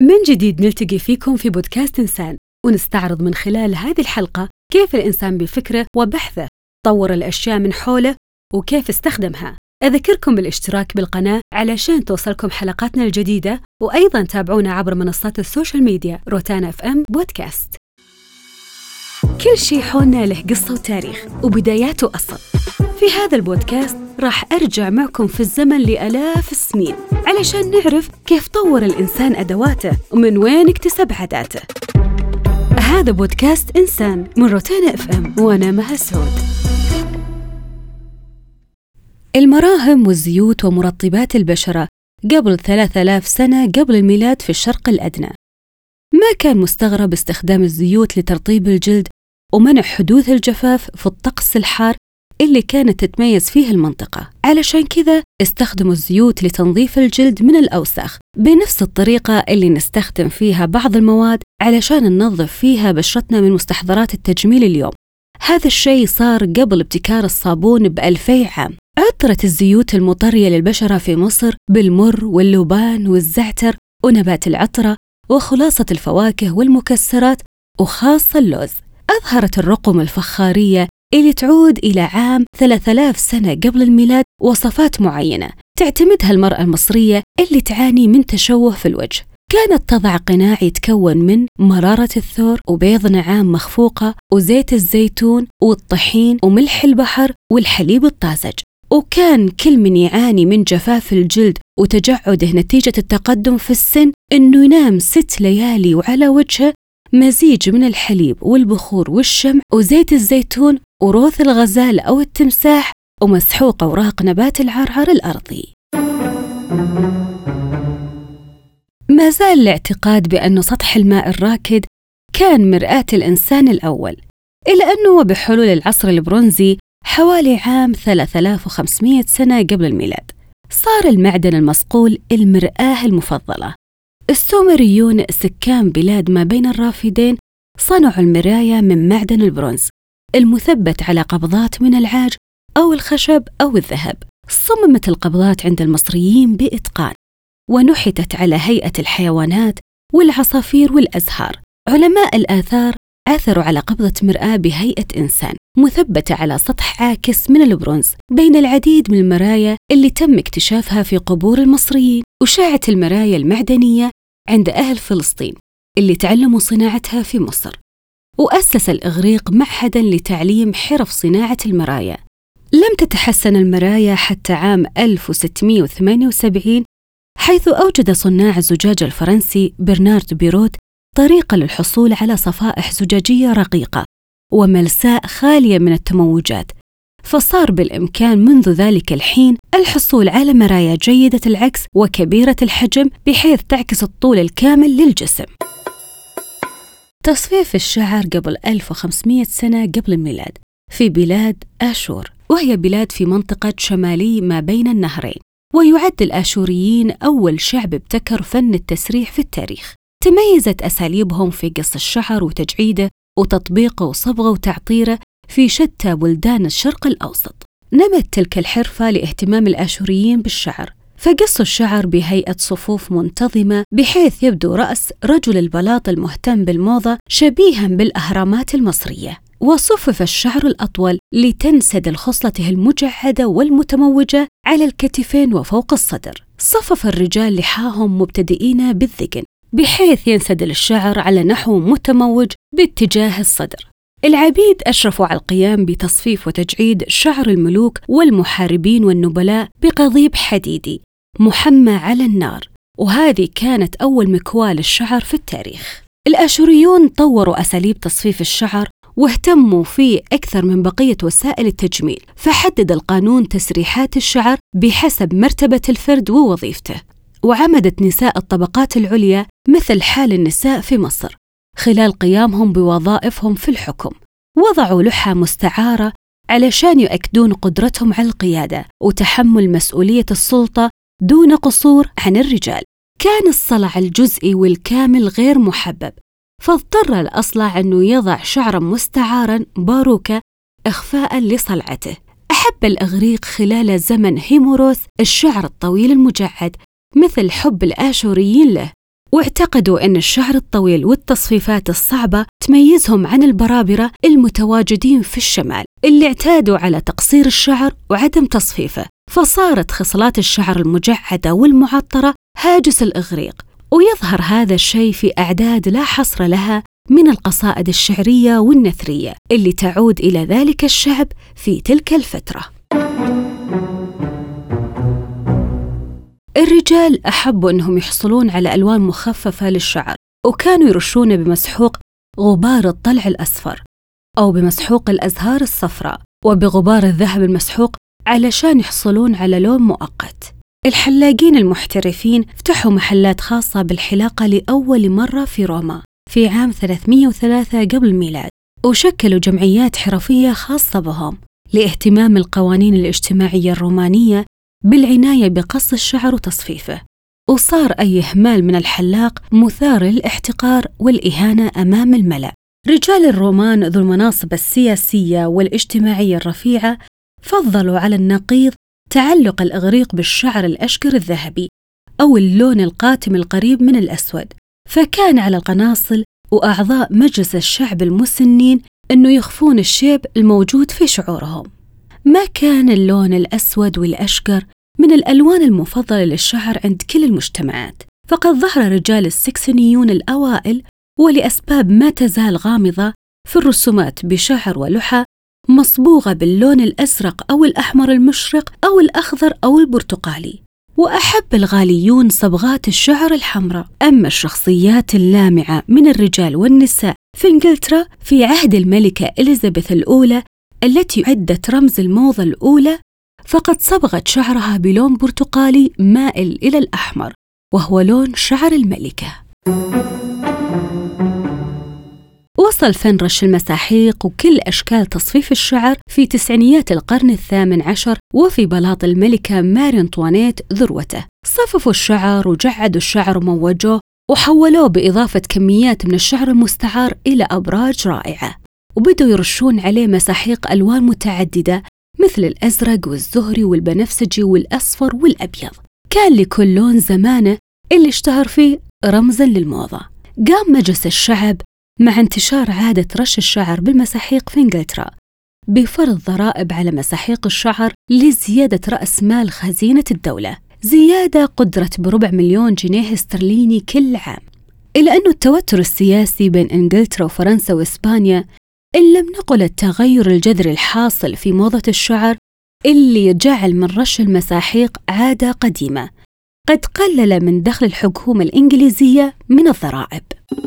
من جديد نلتقي فيكم في بودكاست إنسان، ونستعرض من خلال هذه الحلقة كيف الإنسان بفكره وبحثه طور الأشياء من حوله وكيف استخدمها. أذكركم بالاشتراك بالقناة علشان توصلكم حلقاتنا الجديدة، وأيضاً تابعونا عبر منصات السوشيال ميديا روتانا FM بودكاست. كل شيء حولنا له قصة وتاريخ وبداياته أصل. في هذا البودكاست راح أرجع معكم في الزمن لآلاف السنين علشان نعرف كيف طور الإنسان أدواته ومن وين اكتسب عاداته. هذا بودكاست إنسان من روتانا FM وأنا مها سعود. المراهم والزيوت ومرطبات البشرة قبل 3000 سنة قبل الميلاد في الشرق الأدنى. ما كان مستغرب استخدام الزيوت لترطيب الجلد ومنع حدوث الجفاف في الطقس الحار اللي كانت تتميز فيه المنطقة. علشان كذا استخدموا الزيوت لتنظيف الجلد من الأوساخ بنفس الطريقة اللي نستخدم فيها بعض المواد علشان ننظف فيها بشرتنا من مستحضرات التجميل اليوم. هذا الشيء صار قبل ابتكار الصابون ب2000 عام. عطرت الزيوت المطرية للبشرة في مصر بالمر واللوبان والزعتر ونبات العطرة وخلاصة الفواكه والمكسرات وخاصة اللوز. أظهرت الرقم الفخارية اللي تعود إلى عام 3000 سنة قبل الميلاد وصفات معينة تعتمدها المرأة المصرية اللي تعاني من تشوه في الوجه. كانت تضع قناع يتكون من مرارة الثور وبيض نعام مخفوقة وزيت الزيتون والطحين وملح البحر والحليب الطازج. وكان كل من يعاني من جفاف الجلد وتجعده نتيجة التقدم في السن إنه ينام 6 ليالي وعلى وجهه مزيج من الحليب والبخور والشمع وزيت الزيتون وروث الغزال أو التمساح ومسحوق أوراق نبات العرعر الأرضي. ما زال الاعتقاد بأن سطح الماء الراكد كان مرآة الإنسان الأول، إلا أنه وبحلول العصر البرونزي حوالي عام 3500 سنة قبل الميلاد صار المعدن المصقول المرآة المفضلة. السومريون سكان بلاد ما بين الرافدين صنعوا المراية من معدن البرونز المثبت على قبضات من العاج أو الخشب أو الذهب. صممت القبضات عند المصريين بإتقان ونحتت على هيئة الحيوانات والعصافير والأزهار. علماء الآثار عثروا على قبضة مرآة بهيئة إنسان مثبتة على سطح عاكس من البرونز بين العديد من المرايا اللي تم اكتشافها في قبور المصريين. وشاعت المرايا المعدنية عند أهل فلسطين اللي تعلموا صناعتها في مصر. وأسس الإغريق معهداً لتعليم حرف صناعة المرايا. لم تتحسن المرايا حتى عام 1678 حيث أوجد صناع الزجاج الفرنسي برنارد بيروت طريقة للحصول على صفائح زجاجية رقيقة وملساء خالية من التموجات، فصار بالإمكان منذ ذلك الحين الحصول على مرايا جيدة العكس وكبيرة الحجم بحيث تعكس الطول الكامل للجسم. تصفيف الشعر قبل 1500 سنة قبل الميلاد في بلاد آشور، وهي بلاد في منطقة شمالي ما بين النهرين. ويعد الآشوريين أول شعب ابتكر فن التسريح في التاريخ. تميزت أساليبهم في قص الشعر وتجعيده وتطبيقه وصبغه وتعطيره في شتى بلدان الشرق الأوسط. نمت تلك الحرفة لاهتمام الآشوريين بالشعر، فقصوا الشعر بهيئة صفوف منتظمة بحيث يبدو رأس رجل البلاط المهتم بالموضة شبيهاً بالأهرامات المصرية. وصفف الشعر الأطول لتنسدل خصلته المجعدة والمتموجة على الكتفين وفوق الصدر. صفف الرجال لحاهم مبتدئين بالذقن بحيث ينسدل الشعر على نحو متموج باتجاه الصدر. العبيد أشرفوا على القيام بتصفيف وتجعيد شعر الملوك والمحاربين والنبلاء بقضيب حديدي محمى على النار، وهذه كانت أول مكوال الشعر في التاريخ. الآشوريون طوروا أساليب تصفيف الشعر واهتموا فيه أكثر من بقية وسائل التجميل، فحدد القانون تسريحات الشعر بحسب مرتبة الفرد ووظيفته. وعمدت نساء الطبقات العليا مثل حال النساء في مصر خلال قيامهم بوظائفهم في الحكم وضعوا لحى مستعارة علشان يؤكدون قدرتهم على القيادة وتحمل مسؤولية السلطة دون قصور عن الرجال. كان الصلع الجزئي والكامل غير محبب، فاضطر الأصلع أنه يضع شعراً مستعاراً باروكة إخفاءً لصلعته. أحب الإغريق خلال زمن هيموروس الشعر الطويل المجعد مثل حب الآشوريين له، واعتقدوا أن الشعر الطويل والتصفيفات الصعبة تميزهم عن البرابرة المتواجدين في الشمال اللي اعتادوا على تقصير الشعر وعدم تصفيفه، فصارت خصلات الشعر المجعدة والمعطرة هاجس الإغريق. ويظهر هذا الشيء في أعداد لا حصر لها من القصائد الشعرية والنثرية اللي تعود إلى ذلك الشعب في تلك الفترة. الرجال أحبوا أنهم يحصلون على ألوان مخففة للشعر، وكانوا يرشون بمسحوق غبار الطلع الأصفر أو بمسحوق الأزهار الصفراء وبغبار الذهب المسحوق علشان يحصلون على لون مؤقت. الحلاقين المحترفين فتحوا محلات خاصة بالحلاقة لأول مرة في روما في عام 303 قبل الميلاد، وشكلوا جمعيات حرفية خاصة بهم لاهتمام القوانين الاجتماعية الرومانية بالعناية بقص الشعر وتصفيفه. وصار أي إهمال من الحلاق مثار للاحتقار والإهانة أمام الملأ. رجال الرومان ذو المناصب السياسية والاجتماعية الرفيعة فضلوا على النقيض تعلق الإغريق بالشعر الأشقر الذهبي أو اللون القاتم القريب من الأسود، فكان على القناصل وأعضاء مجلس الشعب المسنين أنه يخفون الشيب الموجود في شعورهم. ما كان اللون الأسود والأشقر من الألوان المفضلة للشعر عند كل المجتمعات، فقد ظهر رجال السكسونيون الأوائل ولأسباب ما تزال غامضة في الرسومات بشعر ولحى مصبوغة باللون الأزرق أو الأحمر المشرق أو الأخضر أو البرتقالي. وأحب الغاليون صبغات الشعر الحمراء. أما الشخصيات اللامعة من الرجال والنساء في إنجلترا في عهد الملكة إليزابيث الأولى التي عدت رمز الموضة الأولى، فقد صبغت شعرها بلون برتقالي مائل إلى الأحمر وهو لون شعر الملكة. وصل فن رش المساحيق وكل أشكال تصفيف الشعر في تسعينيات القرن الثامن عشر وفي بلاط الملكة ماري أنطوانيت ذروته. صففوا الشعر وجعدوا الشعر وموجوه وحولوه بإضافة كميات من الشعر المستعار إلى أبراج رائعة، وبدوا يرشون عليه مساحيق ألوان متعددة مثل الأزرق والزهري والبنفسجي والأصفر والأبيض. كان لكل لون زمانه اللي اشتهر فيه رمزاً للموضة. قام مجلس الشعب مع انتشار عادة رش الشعر بالمساحيق في إنجلترا بفرض ضرائب على مساحيق الشعر لزيادة رأس مال خزينة الدولة، زيادة قدرت ب400,000 جنيه استرليني كل عام. إلا أن التوتر السياسي بين إنجلترا وفرنسا وإسبانيا إن لم نقل التغير الجذري الحاصل في موضة الشعر اللي جعل من رش المساحيق عادة قديمة قد قلل من دخل الحكومة الإنجليزية من الضرائب.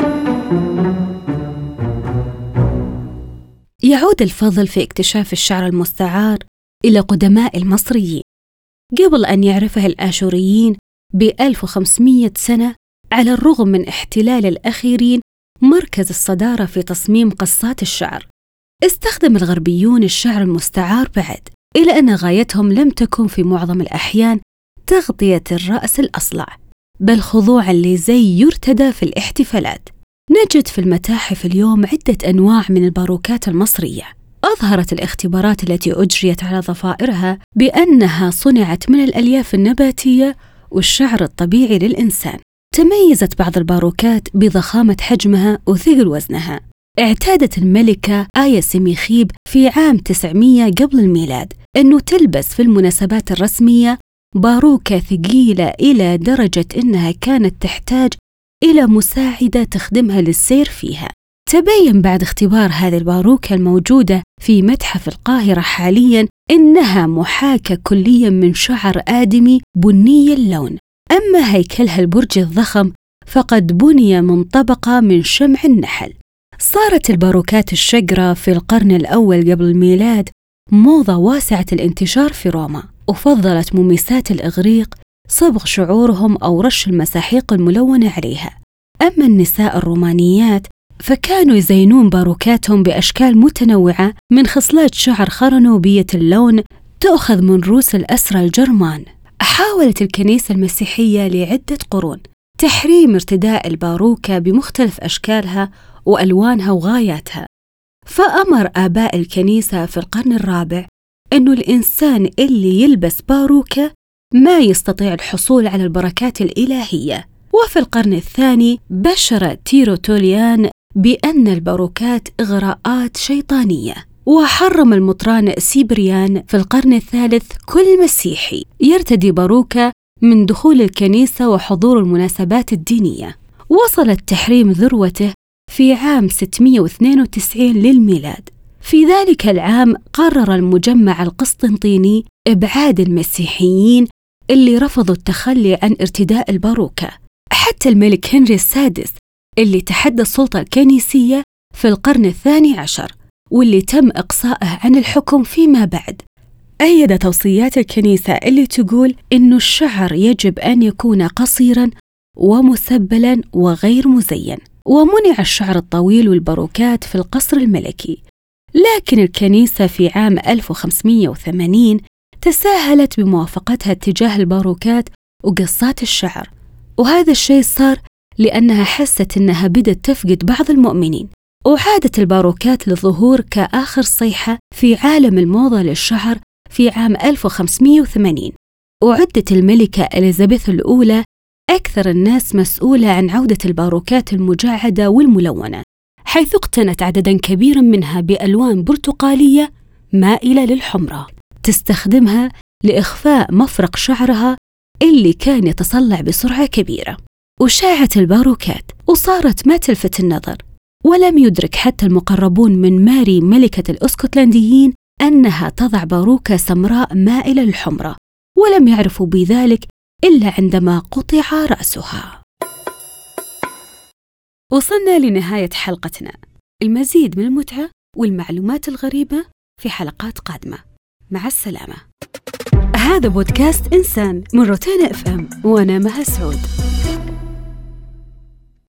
يعود الفضل في اكتشاف الشعر المستعار إلى قدماء المصريين قبل أن يعرفه الآشوريين ب1500 سنة، على الرغم من احتلال الأخيرين مركز الصدارة في تصميم قصات الشعر. استخدم الغربيون الشعر المستعار بعد، إلى أن غايتهم لم تكن في معظم الأحيان تغطية الرأس الأصلع، بل خضوعاً لزي يرتدى في الاحتفالات. نجد في المتاحف اليوم عدة أنواع من الباروكات المصرية. أظهرت الاختبارات التي أجريت على ضفائرها بأنها صنعت من الألياف النباتية والشعر الطبيعي للإنسان. تميزت بعض الباروكات بضخامة حجمها وثقل وزنها. اعتادت الملكة آيا سميخيب في عام 900 قبل الميلاد أنه تلبس في المناسبات الرسمية باروكة ثقيلة إلى درجة أنها كانت تحتاج إلى مساعدة تخدمها للسير فيها. تبين بعد اختبار هذه الباروكة الموجودة في متحف القاهرة حالياً إنها محاكاة كلياً من شعر آدمي بني اللون. أما هيكلها البرجي الضخم فقد بني من طبقة من شمع النحل. صارت الباروكات الشقرة في القرن الأول قبل الميلاد موضة واسعة الانتشار في روما، وفضلت مميسات الإغريق صبغ شعورهم أو رش المساحيق الملونة عليها. أما النساء الرومانيات فكانوا يزينون باروكاتهم بأشكال متنوعة من خصلات شعر خرنوبية اللون تأخذ من روس الأسرى الجرمان. حاولت الكنيسة المسيحية لعدة قرون تحريم ارتداء الباروكة بمختلف أشكالها وألوانها وغاياتها، فأمر آباء الكنيسة في القرن الرابع أنه الإنسان اللي يلبس باروكة ما يستطيع الحصول على البركات الإلهية، وفي القرن الثاني بشر تيروتوليان بأن الباروكات إغراءات شيطانية، وحرم المطران سيبريان في القرن الثالث كل مسيحي يرتدي باروكة من دخول الكنيسة وحضور المناسبات الدينية. وصل التحريم ذروته في عام 692 للميلاد. في ذلك العام قرر المجمع القسطنطيني إبعاد المسيحيين اللي رفضوا التخلي عن ارتداء الباروكة. حتى الملك هنري السادس اللي تحدى السلطة الكنيسية في القرن الثاني عشر واللي تم إقصائه عن الحكم فيما بعد، أيد توصيات الكنيسة اللي تقول إنه الشعر يجب أن يكون قصيراً ومسبلاً وغير مزين، ومنع الشعر الطويل والباروكات في القصر الملكي. لكن الكنيسة في عام 1580 تساهلت بموافقتها اتجاه الباروكات وقصات الشعر، وهذا الشيء صار لأنها حست إنها بدأت تفقد بعض المؤمنين، وعادت الباروكات للظهور كآخر صيحة في عالم الموضة للشعر في عام 1580. وعدت الملكة إليزابيث الأولى أكثر الناس مسؤولة عن عودة الباروكات المجعدة والملونة، حيث اقتنت عدداً كبيراً منها بألوان برتقالية مائلة للحمرة تستخدمها لإخفاء مفرق شعرها اللي كان يتصلع بسرعة كبيرة. وشاعت الباروكات وصارت ما تلفت النظر، ولم يدرك حتى المقربون من ماري ملكة الأسكتلنديين أنها تضع باروكة سمراء مائلة للحمرة، ولم يعرفوا بذلك إلا عندما قطع رأسها. وصلنا لنهاية حلقتنا. المزيد من المتعة والمعلومات الغريبة في حلقات قادمة. مع السلامة. هذا بودكاست إنسان من روتانا FM، وأنا مها سعود.